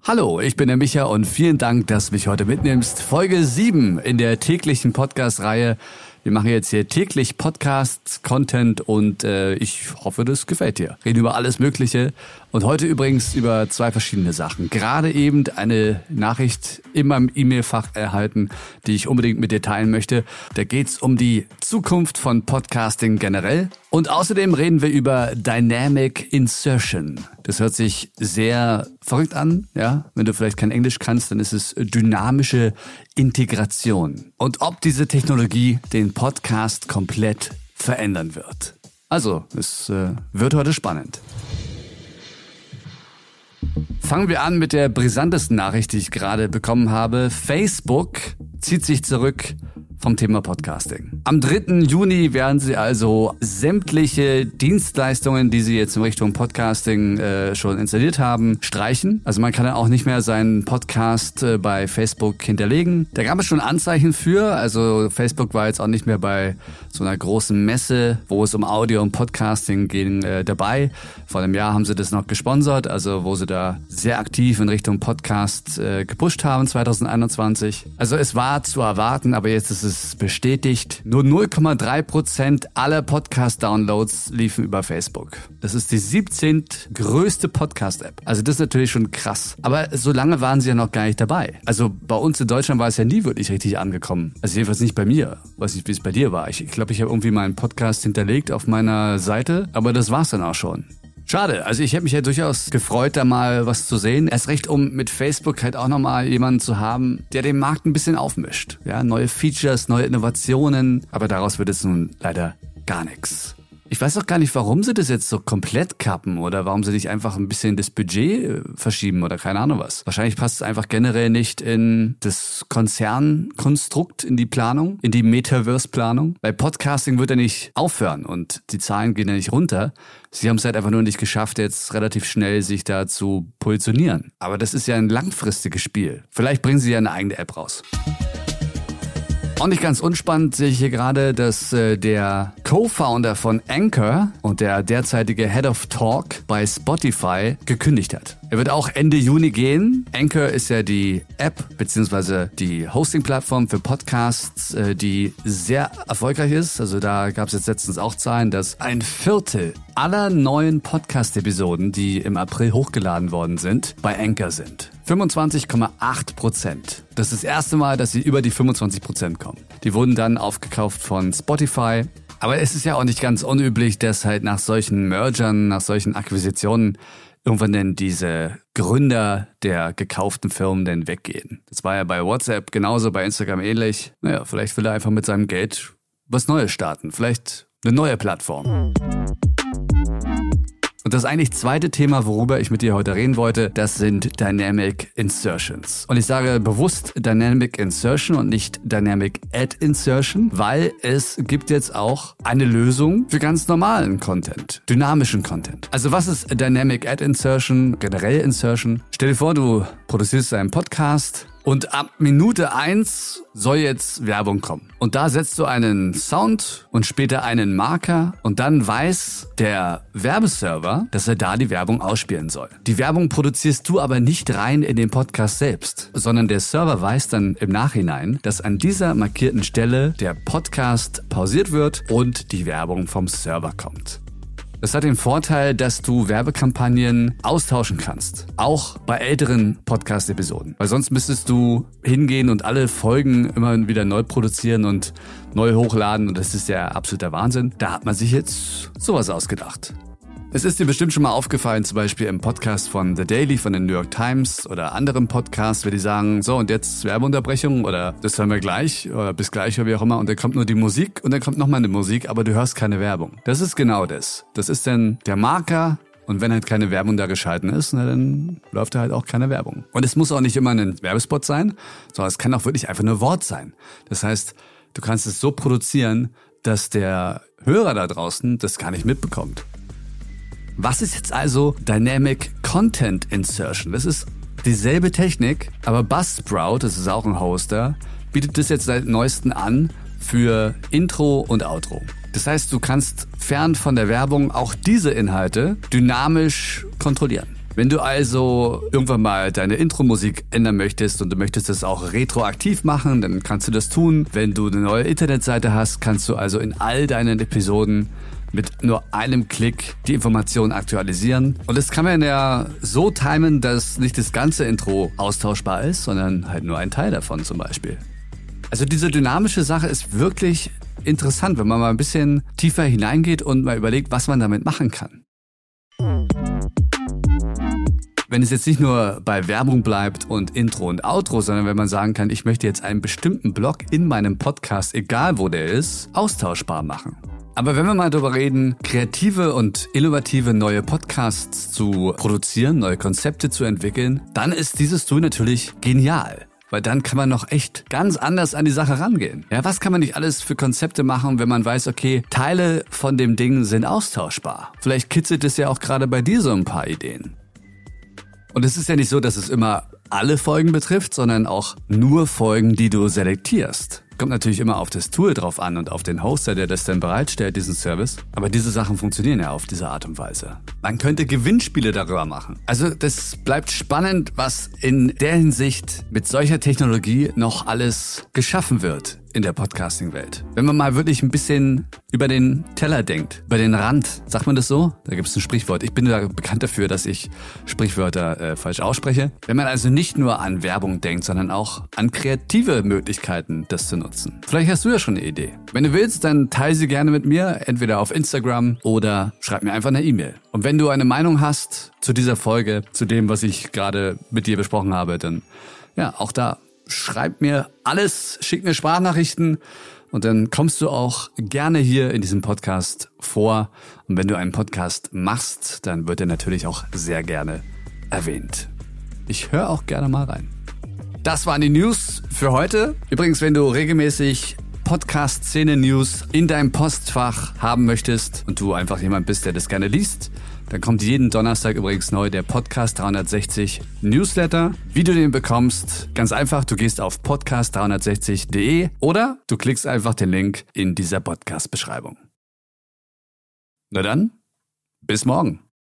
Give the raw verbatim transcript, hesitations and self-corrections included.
Hallo, ich bin der Micha und vielen Dank, dass du mich heute mitnimmst. Folge sieben in der täglichen Podcast-Reihe. Wir machen jetzt hier täglich Podcasts, Content und äh, ich hoffe, das gefällt dir. Reden über alles Mögliche und heute übrigens über zwei verschiedene Sachen. Gerade eben eine Nachricht in meinem E-Mail-Fach erhalten, die ich unbedingt mit dir teilen möchte. Da geht's um die Zukunft von Podcasting generell. Und außerdem reden wir über Dynamic Insertion. Das hört sich sehr verrückt an, ja. Wenn du vielleicht kein Englisch kannst, dann ist es dynamische Integration. Und ob diese Technologie den Podcast komplett verändern wird. Also, es äh, wird heute spannend. Fangen wir an mit der brisantesten Nachricht, die ich gerade bekommen habe. Facebook zieht sich zurück vom Thema Podcasting. Am dritten Juni werden sie also sämtliche Dienstleistungen, die sie jetzt in Richtung Podcasting äh, schon installiert haben, streichen. Also man kann dann auch nicht mehr seinen Podcast äh, bei Facebook hinterlegen. Da gab es schon Anzeichen für. Also Facebook war jetzt auch nicht mehr bei so einer großen Messe, wo es um Audio und Podcasting ging, äh, dabei. Vor einem Jahr haben sie das noch gesponsert, also wo sie da sehr aktiv in Richtung Podcast äh, gepusht haben zwanzig einundzwanzig. Also es war zu erwarten, aber jetzt ist es bestätigt. Nur null Komma drei Prozent aller Podcast-Downloads liefen über Facebook. Das ist die siebzehnte größte Podcast-App. Also das ist natürlich schon krass. Aber so lange waren sie ja noch gar nicht dabei. Also bei uns in Deutschland war es ja nie wirklich richtig angekommen. Also jedenfalls nicht bei mir. Weiß nicht, wie es bei dir war. Ich glaube, ich habe irgendwie meinen Podcast hinterlegt auf meiner Seite. Aber das war's dann auch schon. Schade, also ich hätte mich ja durchaus gefreut, da mal was zu sehen. Erst recht, um mit Facebook halt auch nochmal jemanden zu haben, der den Markt ein bisschen aufmischt. Ja, neue Features, neue Innovationen, aber daraus wird es nun leider gar nichts. Ich weiß auch gar nicht, warum sie das jetzt so komplett kappen oder warum sie nicht einfach ein bisschen das Budget verschieben oder keine Ahnung was. Wahrscheinlich passt es einfach generell nicht in das Konzernkonstrukt, in die Planung, in die Metaverse-Planung. Weil Podcasting wird ja nicht aufhören und die Zahlen gehen ja nicht runter. Sie haben es halt einfach nur nicht geschafft, jetzt relativ schnell sich da zu positionieren. Aber das ist ja ein langfristiges Spiel. Vielleicht bringen sie ja eine eigene App raus. Auch nicht ganz unspannend sehe ich hier gerade, dass äh, der Co-Founder von Anchor und der derzeitige Head of Talk bei Spotify gekündigt hat. Er wird auch Ende Juni gehen. Anchor ist ja die App bzw. die Hosting-Plattform für Podcasts, äh, die sehr erfolgreich ist. Also da gab es jetzt letztens auch Zahlen, dass ein Viertel aller neuen Podcast-Episoden, die im April hochgeladen worden sind, bei Anchor sind. fünfundzwanzig Komma acht Prozent. Das ist das erste Mal, dass sie über die fünfundzwanzig Prozent kommen. Die wurden dann aufgekauft von Spotify. Aber es ist ja auch nicht ganz unüblich, dass halt nach solchen Mergern, nach solchen Akquisitionen irgendwann denn diese Gründer der gekauften Firmen denn weggehen. Das war ja bei WhatsApp genauso, bei Instagram ähnlich. Naja, vielleicht will er einfach mit seinem Geld was Neues starten. Vielleicht eine neue Plattform. Und das eigentlich zweite Thema, worüber ich mit dir heute reden wollte, das sind Dynamic Insertions. Und ich sage bewusst Dynamic Insertion und nicht Dynamic Ad Insertion, weil es gibt jetzt auch eine Lösung für ganz normalen Content, dynamischen Content. Also was ist Dynamic Ad Insertion, generell Insertion? Stell dir vor, du produzierst einen Podcast und ab Minute eins soll jetzt Werbung kommen. Und da setzt du einen Sound und später einen Marker und dann weiß der Werbeserver, dass er da die Werbung ausspielen soll. Die Werbung produzierst du aber nicht rein in den Podcast selbst, sondern der Server weiß dann im Nachhinein, dass an dieser markierten Stelle der Podcast pausiert wird und die Werbung vom Server kommt. Das hat den Vorteil, dass du Werbekampagnen austauschen kannst. Auch bei älteren Podcast-Episoden. Weil sonst müsstest du hingehen und alle Folgen immer wieder neu produzieren und neu hochladen. Und das ist ja absoluter Wahnsinn. Da hat man sich jetzt sowas ausgedacht. Es ist dir bestimmt schon mal aufgefallen, zum Beispiel im Podcast von The Daily von den New York Times oder anderen Podcasts, wenn die sagen, so und jetzt Werbeunterbrechung oder das hören wir gleich oder bis gleich oder wie auch immer und dann kommt nur die Musik und dann kommt nochmal eine Musik, aber du hörst keine Werbung. Das ist genau das. Das ist dann der Marker und wenn halt keine Werbung da geschalten ist, na, dann läuft da halt auch keine Werbung. Und es muss auch nicht immer ein Werbespot sein, sondern es kann auch wirklich einfach nur Wort sein. Das heißt, du kannst es so produzieren, dass der Hörer da draußen das gar nicht mitbekommt. Was ist jetzt also Dynamic Content Insertion? Das ist dieselbe Technik, aber Buzzsprout, das ist auch ein Hoster, bietet das jetzt seit neuestem an für Intro und Outro. Das heißt, du kannst fern von der Werbung auch diese Inhalte dynamisch kontrollieren. Wenn du also irgendwann mal deine Intro-Musik ändern möchtest und du möchtest das auch retroaktiv machen, dann kannst du das tun. Wenn du eine neue Internetseite hast, kannst du also in all deinen Episoden mit nur einem Klick die Informationen aktualisieren. Und das kann man ja so timen, dass nicht das ganze Intro austauschbar ist, sondern halt nur ein Teil davon zum Beispiel. Also diese dynamische Sache ist wirklich interessant, wenn man mal ein bisschen tiefer hineingeht und mal überlegt, was man damit machen kann. Wenn es jetzt nicht nur bei Werbung bleibt und Intro und Outro, sondern wenn man sagen kann, ich möchte jetzt einen bestimmten Block in meinem Podcast, egal wo der ist, austauschbar machen. Aber wenn wir mal darüber reden, kreative und innovative neue Podcasts zu produzieren, neue Konzepte zu entwickeln, dann ist dieses Tool natürlich genial. Weil dann kann man noch echt ganz anders an die Sache rangehen. Ja, was kann man nicht alles für Konzepte machen, wenn man weiß, okay, Teile von dem Ding sind austauschbar. Vielleicht kitzelt es ja auch gerade bei dir so ein paar Ideen. Und es ist ja nicht so, dass es immer alle Folgen betrifft, sondern auch nur Folgen, die du selektierst. Kommt natürlich immer auf das Tool drauf an und auf den Hoster, der das dann bereitstellt, diesen Service. Aber diese Sachen funktionieren ja auf diese Art und Weise. Man könnte Gewinnspiele darüber machen. Also das bleibt spannend, was in der Hinsicht mit solcher Technologie noch alles geschaffen wird in der Podcasting-Welt. Wenn man mal wirklich ein bisschen über den Teller denkt, über den Rand, sagt man das so? Da gibt es ein Sprichwort. Ich bin da bekannt dafür, dass ich Sprichwörter äh, falsch ausspreche. Wenn man also nicht nur an Werbung denkt, sondern auch an kreative Möglichkeiten, das zu nutzen. Vielleicht hast du ja schon eine Idee. Wenn du willst, dann teile sie gerne mit mir, entweder auf Instagram oder schreib mir einfach eine E-Mail. Und wenn du eine Meinung hast zu dieser Folge, zu dem, was ich gerade mit dir besprochen habe, dann ja, auch da schreib mir alles, schick mir Sprachnachrichten und dann kommst du auch gerne hier in diesem Podcast vor. Und wenn du einen Podcast machst, dann wird er natürlich auch sehr gerne erwähnt. Ich höre auch gerne mal rein. Das waren die News für heute. Übrigens, wenn du regelmäßig Podcast-Szene-News in deinem Postfach haben möchtest und du einfach jemand bist, der das gerne liest, dann kommt jeden Donnerstag übrigens neu der Podcast dreihundertsechzig Newsletter. Wie du den bekommst, ganz einfach, du gehst auf podcast dreihundertsechzig punkt de oder du klickst einfach den Link in dieser Podcast-Beschreibung. Na dann, bis morgen.